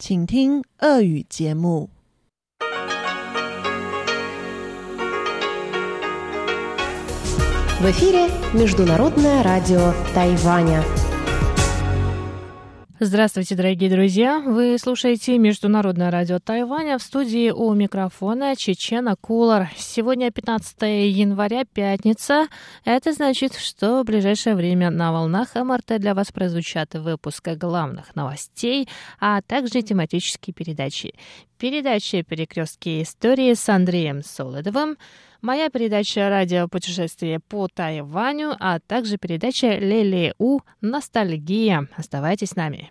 请听俄语节目。 В эфире Международное радио Тайваня. Здравствуйте, дорогие друзья! Вы слушаете Международное радио Тайваня. В студии у микрофона Чечена Кулар. Сегодня 15 января, пятница. Это значит, что в ближайшее время на волнах МРТ для вас прозвучат выпуски главных новостей, а также тематические передачи. Передача «Перекрестки истории» с Андреем Солодовым, моя передача «Радио путешествие по Тайваню», а также передача «Лелеу. Ностальгия». Оставайтесь с нами.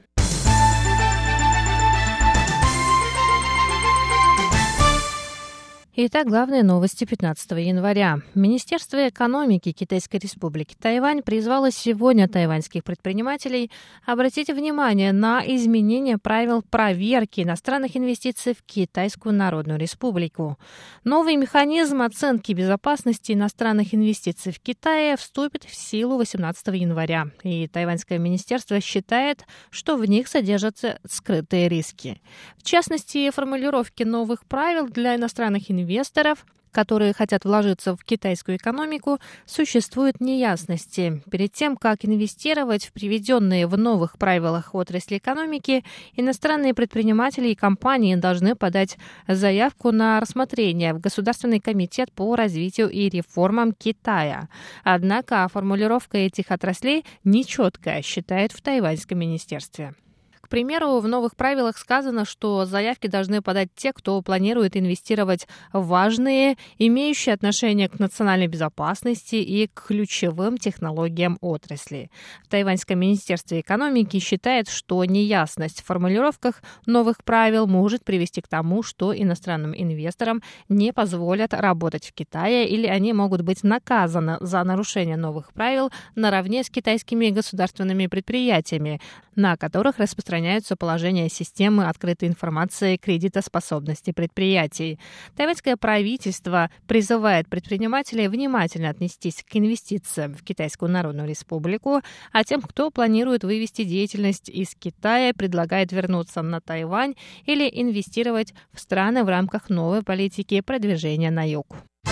Итак, главные новости 15 января. Министерство экономики Китайской Республики Тайвань призвало сегодня тайваньских предпринимателей обратить внимание на изменение правил проверки иностранных инвестиций в Китайскую Народную Республику. Новый механизм оценки безопасности иностранных инвестиций в Китае вступит в силу 18 января, и тайваньское министерство считает, что в них содержатся скрытые риски. В частности, формулировки новых правил для иностранных инвесторов, которые хотят вложиться в китайскую экономику, существуют неясности. Перед тем, как инвестировать в приведенные в новых правилах отрасли экономики, иностранные предприниматели и компании должны подать заявку на рассмотрение в Государственный комитет по развитию и реформам Китая. Однако формулировка этих отраслей нечеткая, считают в тайваньском министерстве. К примеру, в новых правилах сказано, что заявки должны подать те, кто планирует инвестировать в важные, имеющие отношение к национальной безопасности и к ключевым технологиям отрасли. В Тайваньском министерстве экономики считает, что неясность в формулировках новых правил может привести к тому, что иностранным инвесторам не позволят работать в Китае или они могут быть наказаны за нарушение новых правил наравне с китайскими государственными предприятиями, на которых распространяются положения системы открытой информации кредитоспособности предприятий. Тайваньское правительство призывает предпринимателей внимательно отнестись к инвестициям в Китайскую Народную Республику, а тем, кто планирует вывести деятельность из Китая, предлагает вернуться на Тайвань или инвестировать в страны в рамках новой политики продвижения на юг.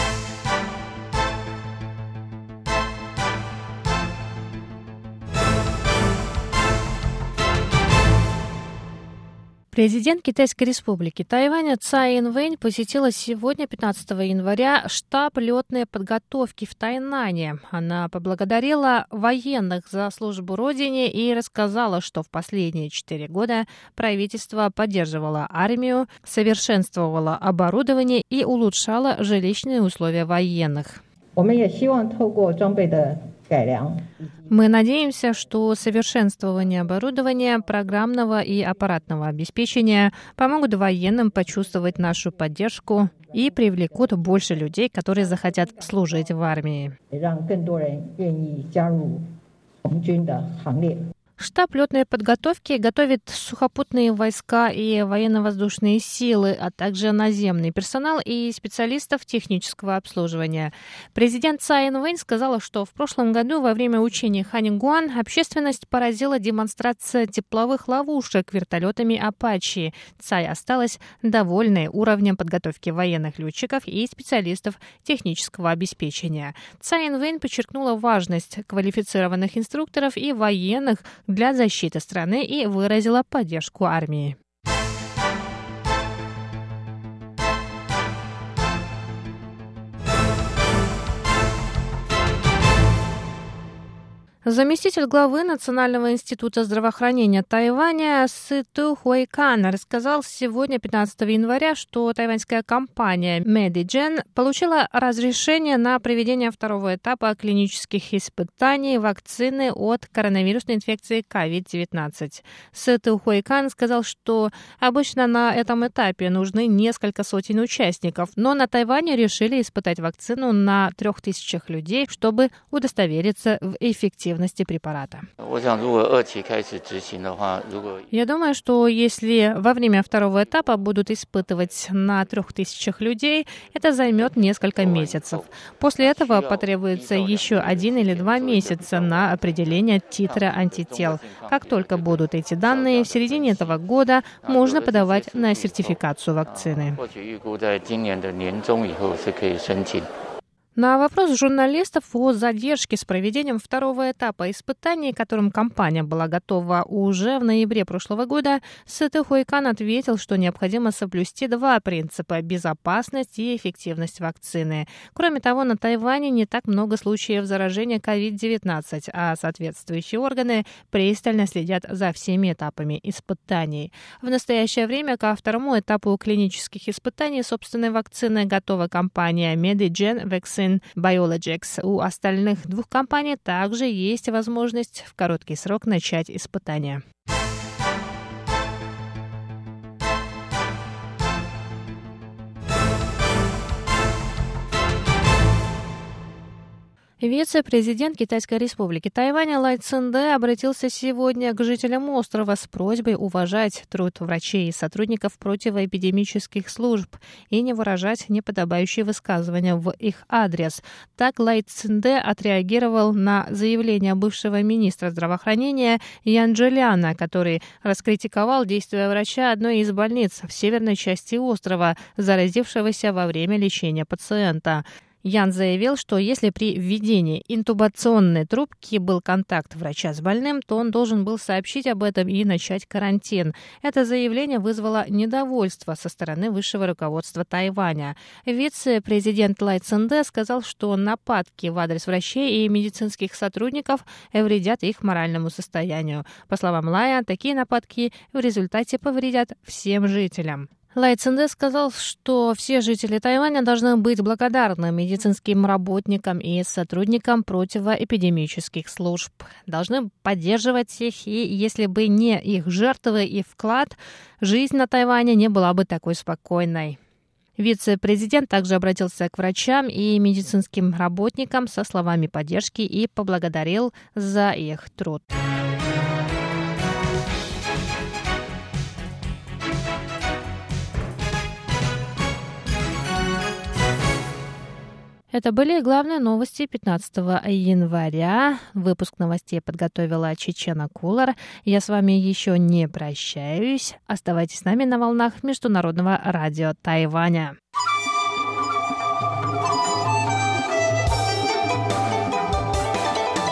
Президент Китайской Республики Тайваня Цай Инвэнь посетила сегодня, 15 января, штаб летной подготовки в Тайнане. Она поблагодарила военных за службу Родине и рассказала, что в последние 4 года правительство поддерживало армию, совершенствовало оборудование и улучшало жилищные условия военных. Мы надеемся, что совершенствование оборудования, программного и аппаратного обеспечения помогут военным почувствовать нашу поддержку и привлекут больше людей, которые захотят служить в армии. Штаб летной подготовки готовит сухопутные войска и военно-воздушные силы, а также наземный персонал и специалистов технического обслуживания. Президент Цай Инвэнь сказала, что в прошлом году во время учений Ханьгуан общественность поразила демонстрация тепловых ловушек вертолетами «Апачи». Цай осталась довольной уровнем подготовки военных летчиков и специалистов технического обеспечения. Цай Инвэнь подчеркнула важность квалифицированных инструкторов и военных для защиты страны и выразила поддержку армии. Заместитель главы Национального института здравоохранения Тайваня Сы Ту Хуэйкан рассказал сегодня, 15 января, что тайваньская компания Medigen получила разрешение на проведение второго этапа клинических испытаний вакцины от коронавирусной инфекции COVID-19. Сы Ту Хуэйкан сказал, что обычно на этом этапе нужны несколько сотен участников, но на Тайване решили испытать вакцину на 3000 людей, чтобы удостовериться в эффективности эффективности препарата. Я думаю, что если во время второго этапа будут испытывать на 3000 людей, это займет несколько месяцев. После этого потребуется еще 1 или 2 месяца на определение титра антител. Как только будут эти данные, в середине этого года можно подавать на сертификацию вакцины. На вопрос журналистов о задержке с проведением второго этапа испытаний, которым компания была готова уже в ноябре прошлого года, Сытый Хуэйкан ответил, что необходимо соблюсти 2 принципа – безопасность и эффективность вакцины. Кроме того, на Тайване не так много случаев заражения COVID-19, а соответствующие органы пристально следят за всеми этапами испытаний. В настоящее время ко второму этапу клинических испытаний собственной вакцины готова компания Medigen Vaccine Biologics. У остальных 2 компаний также есть возможность в короткий срок начать испытания. Вице-президент Китайской республики Тайваня Лай Цзиньде обратился сегодня к жителям острова с просьбой уважать труд врачей и сотрудников противоэпидемических служб и не выражать неподобающие высказывания в их адрес. Так Лай Цзиньде отреагировал на заявление бывшего министра здравоохранения Ян Джиляна, который раскритиковал действия врача одной из больниц в северной части острова, заразившегося во время лечения пациента. Ян заявил, что если при введении интубационной трубки был контакт врача с больным, то он должен был сообщить об этом и начать карантин. Это заявление вызвало недовольство со стороны высшего руководства Тайваня. Вице-президент Лай Цзиньде сказал, что нападки в адрес врачей и медицинских сотрудников вредят их моральному состоянию. По словам Лая, такие нападки в результате повредят всем жителям. Лай Цзиньде сказал, что все жители Тайваня должны быть благодарны медицинским работникам и сотрудникам противоэпидемических служб. Должны поддерживать их, и если бы не их жертвы и вклад, жизнь на Тайване не была бы такой спокойной. Вице-президент также обратился к врачам и медицинским работникам со словами поддержки и поблагодарил за их труд. Это были главные новости 15 января. Выпуск новостей подготовила Чечена Кулар. Я с вами еще не прощаюсь. Оставайтесь с нами на волнах Международного радио Тайваня.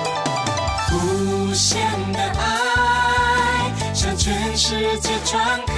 无限的爱向全世界传